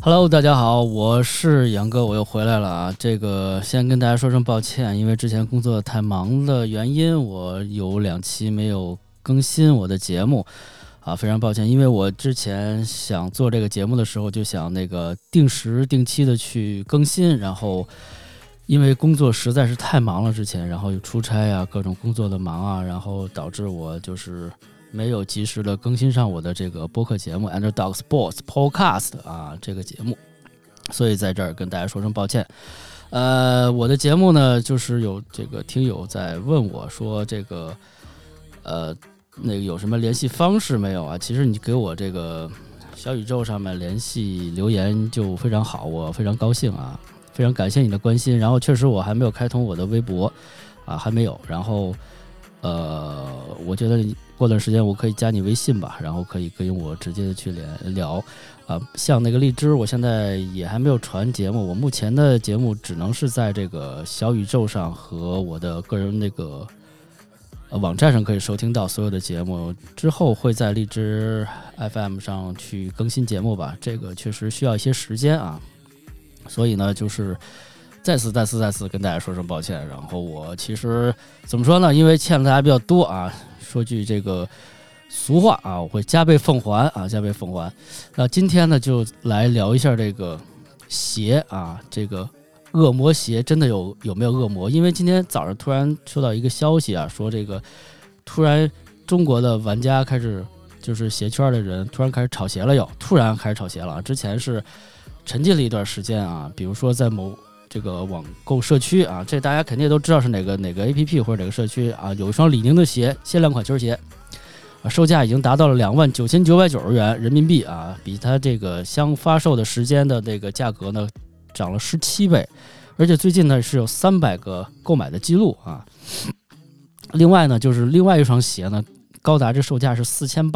Hello，大家好，我是杨哥，我又回来了啊。先跟大家说声抱歉，因为之前工作太忙的原因，我有2期没有更新我的节目啊，非常抱歉。因为我之前想做这个节目的时候，就想定时定期的去更新，然后因为工作实在是太忙了，之前然后有出差啊，各种工作的忙啊，然后导致我没有及时的更新上我的这个播客节目 Underdog Sports Podcast 啊这个节目，所以在这儿跟大家说声抱歉。我的节目呢，就是有这个听友在问我说有什么联系方式没有啊？其实你给我这个小宇宙上面联系留言就非常好，我非常高兴啊，非常感谢你的关心。然后确实我还没有开通我的微博啊，还没有。然后我觉得过段时间我可以加你微信吧，然后可以跟我直接的去聊像那个荔枝，我现在也还没有传节目，我目前的节目只能是在这个小宇宙上和我的个人网站上可以收听到所有的节目，之后会在荔枝 FM 上去更新节目吧，这个确实需要一些时间啊，所以呢就是再次跟大家说声抱歉。然后我其实怎么说呢，因为欠了大家比较多啊，说句这个俗话啊，我会加倍奉还啊，加倍奉还。那今天呢就来聊一下这个鞋啊，这个恶魔鞋真的有没有恶魔？因为今天早上突然收到一个消息啊，说这个突然中国的玩家开始就是鞋圈的人突然开始炒鞋了，突然开始炒鞋了。之前是沉寂了一段时间啊，比如说在某这个网购社区啊，这大家肯定都知道是哪个 APP 或者哪个社区啊，有一双李宁的鞋，限量款球鞋啊，售价已经达到了29,990元人民币啊，比它这个相发售的时间的这个价格呢涨了17倍，而且最近呢是有300个购买的记录啊。另外呢，就是另外一双鞋呢，高达这售价是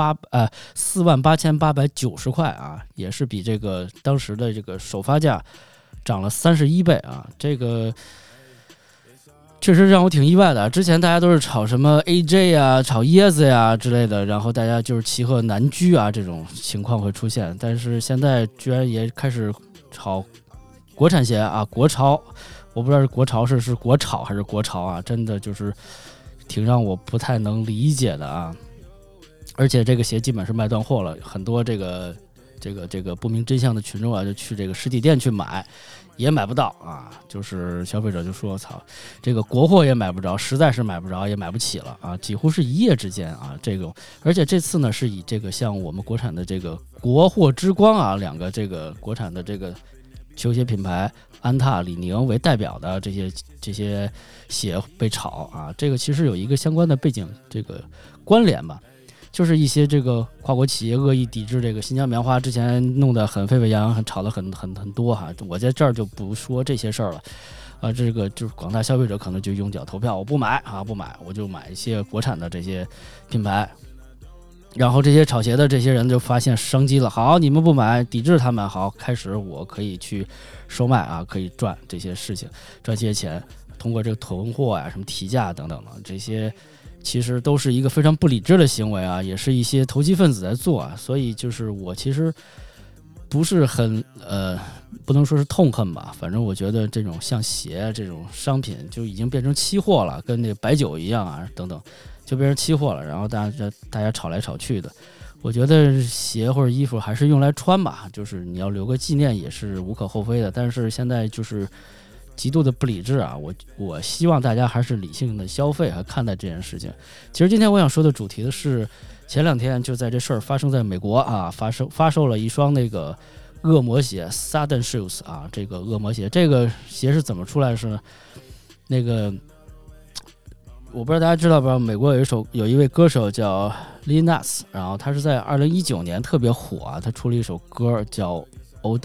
48890块啊，也是比这个当时的这个首发价涨了31倍啊，这个确实让我挺意外的。之前大家都是炒什么 AJ 啊、炒椰子呀之类的，然后大家就是齐贺难居啊这种情况会出现，但是现在居然也开始炒国产鞋啊，国潮，我不知道是国潮是国炒还是国潮啊，真的就是挺让我不太能理解的啊。而且这个鞋基本是卖断货了，很多这个不明真相的群众啊，就去这个实体店去买，也买不到啊。就是消费者就说：“操，这个国货也买不着，实在是买不着，也买不起了啊！”几乎是一夜之间啊，而且这次呢是以这个像我们国产的这个国货之光啊，2个这个国产的这个球鞋品牌安踏、李宁为代表的这些鞋被炒啊，这个其实有一个相关的背景这个关联吧。就是一些这个跨国企业恶意抵制这个新疆棉花，之前弄得很沸沸扬扬，很吵得很多哈。我在这儿就不说这些事儿了，这个就是广大消费者可能就用脚投票，我不买啊，不买，我就买一些国产的这些品牌。然后这些炒鞋的这些人就发现商机了，好，你们不买，抵制他们，好，开始我可以去售卖啊，可以赚这些事情，赚些钱，通过这个囤货啊，什么提价等等的这些。其实都是一个非常不理智的行为啊，也是一些投机分子在做啊，所以就是我其实不是很不能说是痛恨吧，反正我觉得这种像鞋这种商品就已经变成期货了，跟那个白酒一样啊，等等，就变成期货了，然后大家炒来炒去的。我觉得鞋或者衣服还是用来穿吧，就是你要留个纪念也是无可厚非的，但是现在就是极度的不理智啊！我希望大家还是理性的消费和看待这件事情。其实今天我想说的主题的是，前2天就在这事儿发生在美国啊，发售了一双那个恶魔鞋 Sudden Shoes 啊，这个恶魔鞋，这个鞋是怎么出来的？是那个我不知道大家知道吧？美国有一位歌手叫 Lil Nas， 然后他是在2019年特别火啊，他出了一首歌叫 Old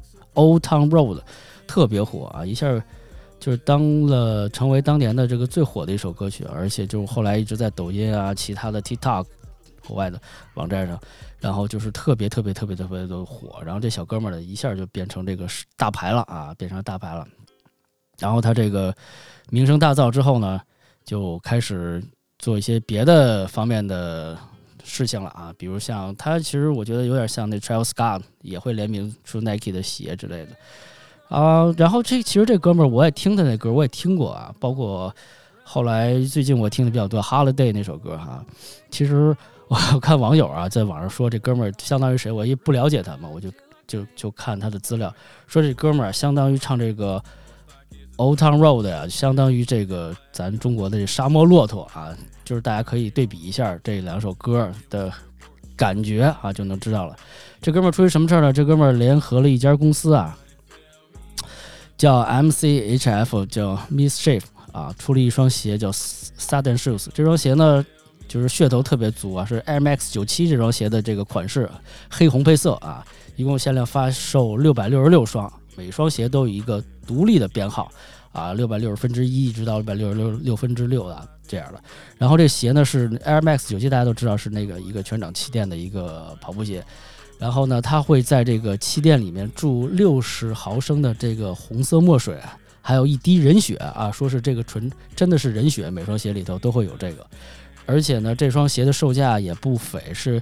Town Road。特别火啊，一下就是成为当年的这个最火的一首歌曲，而且就是后来一直在抖音啊、其他的 TikTok 国外的网站上，然后就是特别的火。然后这小哥们儿呢，一下就变成这个大牌了啊，变成大牌了。然后他这个名声大噪之后呢，就开始做一些别的方面的事情了啊，比如像他其实我觉得有点像那 Travis Scott 也会联名出 Nike 的鞋之类的然后其实这哥们儿我也听他那歌我也听过啊，包括后来最近我听的比较多 Holiday 那首歌哈，其实我看网友啊在网上说这哥们儿相当于谁，我也不了解他嘛，我就看他的资料，说这哥们儿相当于唱这个 Old Town Road 啊，相当于这个咱中国的这沙漠骆驼啊，就是大家可以对比一下这两首歌的感觉啊，就能知道了。这哥们儿出于什么事儿呢？这哥们儿联合了一家公司啊，叫 MCHF， 叫 Mischief 啊，出了一双鞋叫 Sudden Shoes。这双鞋呢，就是噱头特别足啊，是 Air Max 97这双鞋的这个款式，黑红配色啊，一共限量发售666双，每双鞋都有一个独立的编号啊，660分之1一直到666分之6啊这样的。然后这鞋呢是 Air Max 97，大家都知道是那个一个全掌气垫的一个跑步鞋。然后呢，它会在这个气垫里面注60毫升的这个红色墨水，还有一滴人血啊，说是这个真的是人血，每双鞋里头都会有这个。而且呢，这双鞋的售价也不菲，是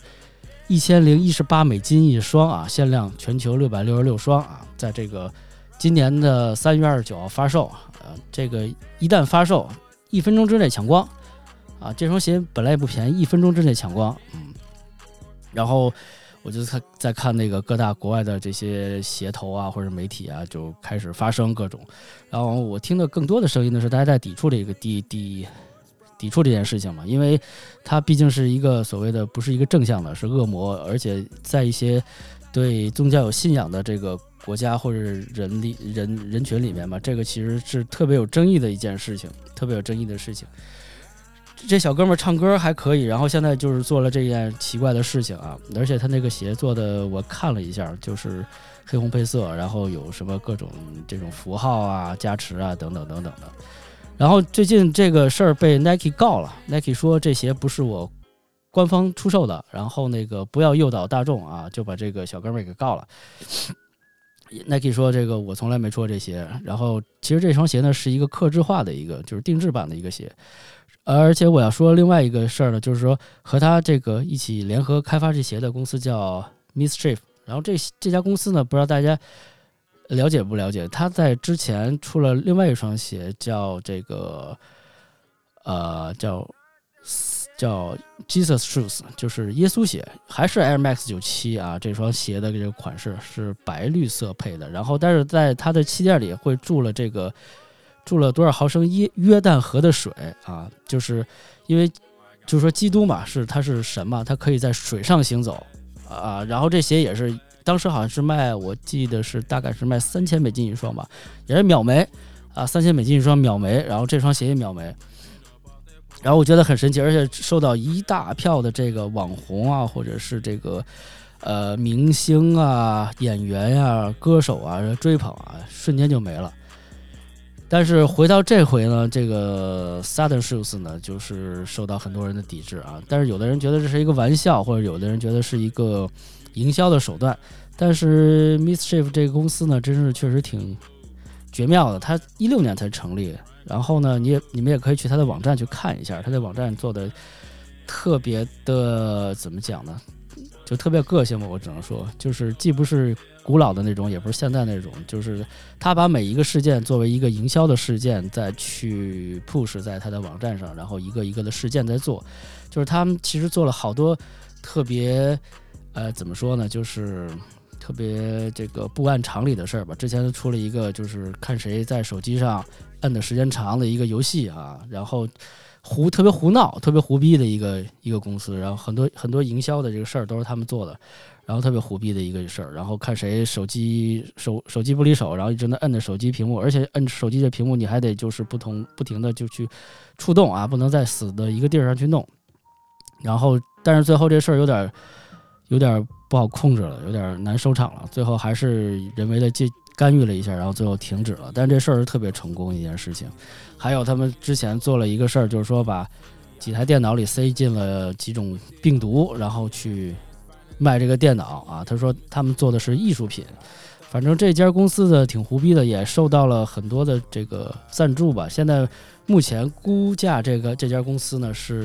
$1018一双啊，限量全球666双啊，在这个今年的3月29号发售这个一旦发售，1分钟之内抢光啊！这双鞋本来也不便宜，1分钟之内抢光，然后我就在看那个各大国外的这些鞋头啊或者媒体啊，就开始发生各种，然后我听的更多的声音呢是大家在抵触这个抵触这件事情嘛，因为它毕竟是一个所谓的不是一个正向的，是恶魔，而且在一些对宗教有信仰的这个国家或者人群里面嘛，这个其实是特别有争议的一件事情，特别有争议的事情。这小哥们儿唱歌还可以，然后现在就是做了这件奇怪的事情啊，而且他那个鞋做的我看了一下，就是黑红配色，然后有什么各种这种符号啊加持啊等等等等的。然后最近这个事儿被 Nike 告了， Nike 说这鞋不是我官方出售的，然后那个不要诱导大众啊，就把这个小哥们儿给告了。Nike 说这个我从来没说这鞋，然后其实这双鞋呢是一个客制化的一个就是定制版的一个鞋，而且我要说另外一个事儿呢，就是说和他这个一起联合开发这鞋的公司叫 Mischief， 然后这家公司呢不知道大家了解不了解，他在之前出了另外一双鞋叫这个叫 Jesus Shoes， 就是耶稣鞋，还是 Air Max 97啊，这双鞋的这个款式是白绿色配的，然后但是在它的气垫里会注了多少毫升约旦河的水啊，就是因为就是说基督嘛，他是神嘛，他可以在水上行走啊，然后这鞋也是当时好像是我记得是大概是卖$3000一双吧，也是秒没啊，$3000一双秒没，然后这双鞋也秒没。然后我觉得很神奇，而且受到一大票的这个网红啊，或者是这个明星啊、演员啊、歌手啊追捧啊，瞬间就没了。但是回到这回呢，这个 Sudden Shoes 呢，就是受到很多人的抵制啊。但是有的人觉得这是一个玩笑，或者有的人觉得是一个营销的手段。但是 Mischief 这个公司呢，真是确实挺绝妙的。它16年才成立。然后呢，你们也可以去他的网站去看一下，他的网站做的特别的怎么讲呢？就特别个性嘛，我只能说，就是既不是古老的那种，也不是现代那种，就是他把每一个事件作为一个营销的事件，再去 push 在他的网站上，然后一个一个的事件在做，就是他们其实做了好多特别怎么说呢，就是特别这个不按常理的事儿吧。之前出了一个就是看谁在手机上摁的时间长的一个游戏啊，然后特别胡闹、特别胡逼的一个公司，然后很多营销的这个事儿都是他们做的，然后特别胡逼的一个事儿，然后看谁手机不离手，然后一直能摁着手机屏幕，而且摁手机的屏幕你还得就是不停的就去触动啊，不能在死的一个地儿上去弄。然后但是最后这事儿有点不好控制了，有点难收场了，最后还是人为的干预了一下，然后最后停止了。但这事儿是特别成功一件事情。还有他们之前做了一个事儿，就是说把几台电脑里塞进了几种病毒，然后去卖这个电脑啊。他说他们做的是艺术品。反正这家公司的挺胡逼的，也受到了很多的这个赞助吧。现在目前估价这家公司呢是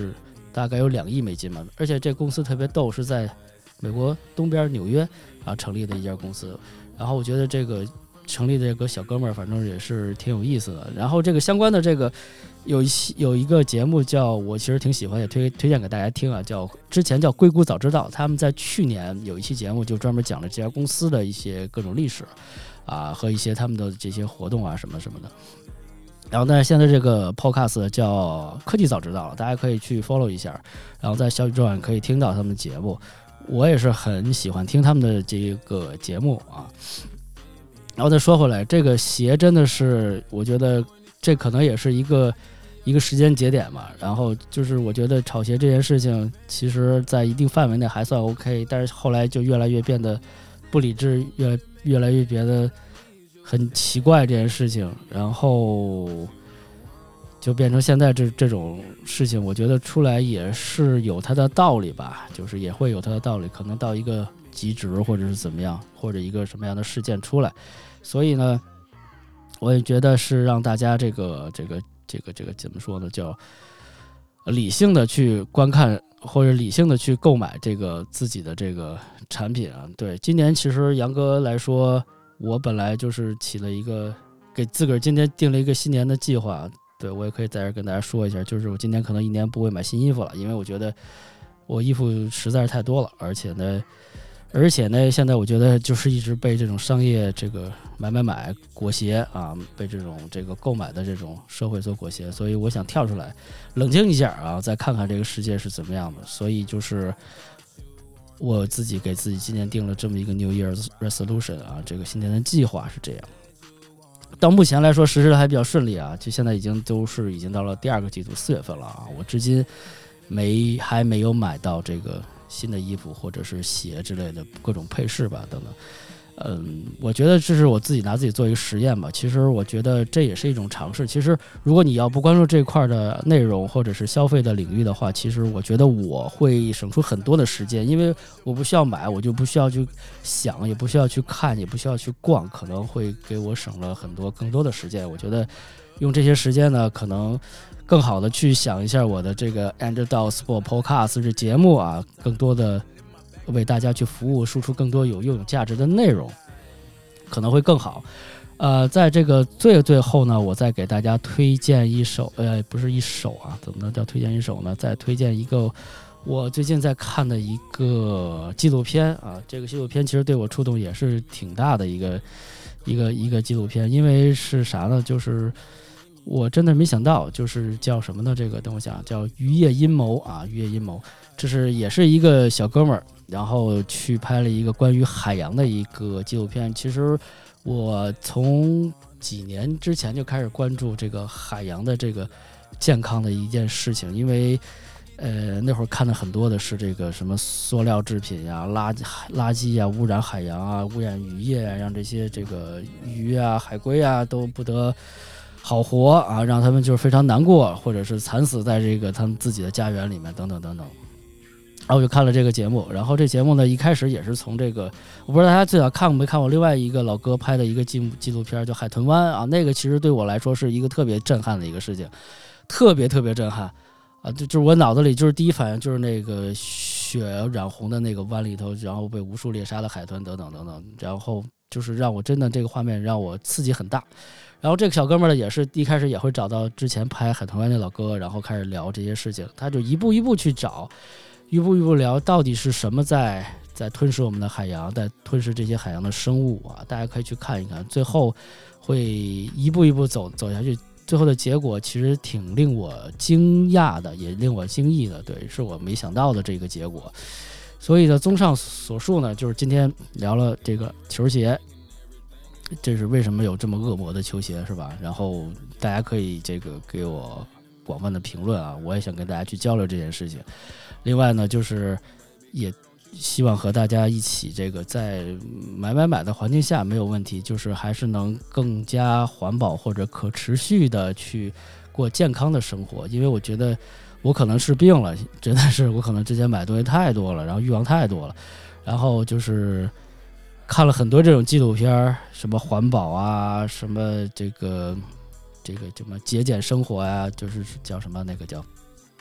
大概有2亿美金嘛，而且这公司特别逗，是在美国东边纽约啊成立的一家公司。然后我觉得这个成立的这个小哥们儿，反正也是挺有意思的。然后这个相关的这个有一个节目叫我其实挺喜欢，也推荐给大家听啊，之前叫硅谷早知道，他们在去年有一期节目就专门讲了这家公司的一些各种历史啊和一些他们的这些活动啊什么什么的。然后但是现在这个 podcast 叫科技早知道，大家可以去 follow 一下，然后在小宇宙上可以听到他们的节目。我也是很喜欢听他们的这个节目啊。然后再说回来，这个鞋真的是我觉得这可能也是一个时间节点嘛。然后就是我觉得炒鞋这件事情其实在一定范围内还算 OK， 但是后来就越来越变得不理智，越来越觉得很奇怪这件事情，然后就变成现在这种事情，我觉得出来也是有它的道理吧，就是也会有它的道理，可能到一个极值或者是怎么样，或者一个什么样的事件出来，所以呢，我也觉得是让大家这个怎么说呢，叫理性的去观看或者理性的去购买这个自己的这个产品啊。对，今年其实杨哥来说，我本来就是起了一个给自个儿今年定了一个新年的计划，对，我也可以在这跟大家说一下，就是我今年可能1年不会买新衣服了，因为我觉得我衣服实在是太多了，而且呢，现在我觉得就是一直被这种商业这个买裹挟啊，被这种这个购买的这种社会所裹挟，所以我想跳出来冷静一下啊，再看看这个世界是怎么样的。所以就是我自己给自己今年定了这么一个 New Year's Resolution 啊，这个新年的计划是这样。到目前来说实施的还比较顺利啊，就现在已经到了第2个季度4月份了啊，我至今还没有买到这个新的衣服或者是鞋之类的各种配饰吧等等。我觉得这是我自己拿自己做一个实验吧，其实我觉得这也是一种尝试。其实如果你要不关注这块的内容或者是消费的领域的话，其实我觉得我会省出很多的时间，因为我不需要买，我就不需要去想，也不需要去看，也不需要去逛，可能会给我省了更多的时间。我觉得用这些时间呢，可能更好的去想一下我的这个 Underdog Sport Podcast 这节目啊，更多的为大家去服务，输出更多有用有价值的内容，可能会更好。在这个最后呢，我再给大家推荐一首，不是一首啊，怎么能叫推荐一首呢？再推荐一个我最近在看的一个纪录片啊。这个纪录片其实对我触动也是挺大的一个纪录片，因为是啥呢？就是我真的没想到，就是叫什么呢？这个等我想，叫渔业阴谋啊，渔业阴谋，这是也是一个小哥们儿，然后去拍了一个关于海洋的一个纪录片。其实我从几年之前就开始关注这个海洋的这个健康的一件事情，因为那会儿看的很多的是这个什么塑料制品呀、垃圾啊，污染海洋啊，污染渔业啊，让这些这个鱼啊、海龟啊都不得好活啊，让他们就是非常难过，或者是惨死在这个他们自己的家园里面，等等等等。然后我就看了这个节目，然后这节目呢一开始也是从这个，我不知道大家最早看过没看过另外一个老哥拍的一个纪录片叫《海豚湾》啊，那个其实对我来说是一个特别震撼的一个事情，特别震撼啊！就是我脑子里就是第一反应就是那个血染红的那个湾里头，然后被无数猎杀的海豚等等等等，然后就是让我真的这个画面让我刺激很大。然后这个小哥们儿呢，也是一开始也会找到之前拍海豚湾那老哥，然后开始聊这些事情，他就一步一步去找，一步一步聊到底是什么在吞噬我们的海洋，在吞噬这些海洋的生物啊！大家可以去看一看，最后会一步一步走下去，最后的结果其实挺令我惊讶的，也令我惊异的，对，是我没想到的这个结果。所以呢，综上所述呢，就是今天聊了这个球鞋。这是为什么有这么恶魔的球鞋，是吧？然后大家可以这个给我广泛的评论啊，我也想跟大家去交流这件事情。另外呢，就是也希望和大家一起这个在买的环境下没有问题，就是还是能更加环保或者可持续的去过健康的生活。因为我觉得我可能是病了，真的是我可能之前买东西太多了，然后欲望太多了，然后就是看了很多这种纪录片，什么环保啊，什么这个什么节俭生活啊，就是叫什么那个叫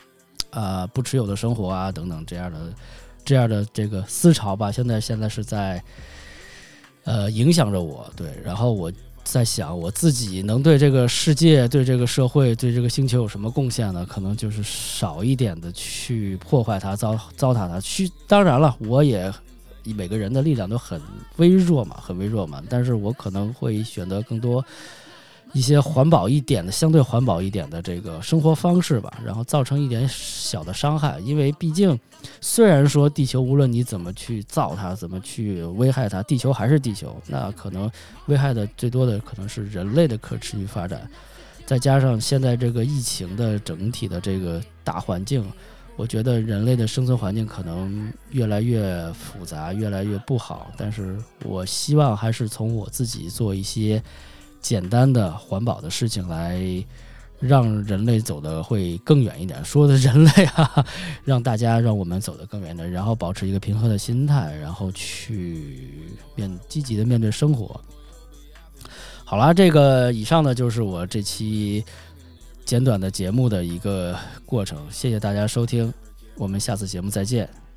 不持有的生活啊等等这样的这个思潮吧，现在是在影响着我。对，然后我在想我自己能对这个世界、对这个社会、对这个星球有什么贡献呢？可能就是少一点的去破坏它、糟蹋它。当然了，我也每个人的力量都很微弱嘛，但是我可能会选择更多一些环保一点的、相对环保一点的这个生活方式吧，然后造成一点小的伤害。因为毕竟，虽然说地球无论你怎么去造它，怎么去危害它，地球还是地球。那可能危害的最多的可能是人类的可持续发展，再加上现在这个疫情的整体的这个大环境，我觉得人类的生存环境可能越来越复杂，越来越不好。但是我希望还是从我自己做一些简单的环保的事情来让人类走得会更远一点，说的人类啊，让我们走得更远的，然后保持一个平和的心态，然后去积极的面对生活。好啦，这个以上呢就是我这期简短的节目的一个过程，谢谢大家收听，我们下次节目再见。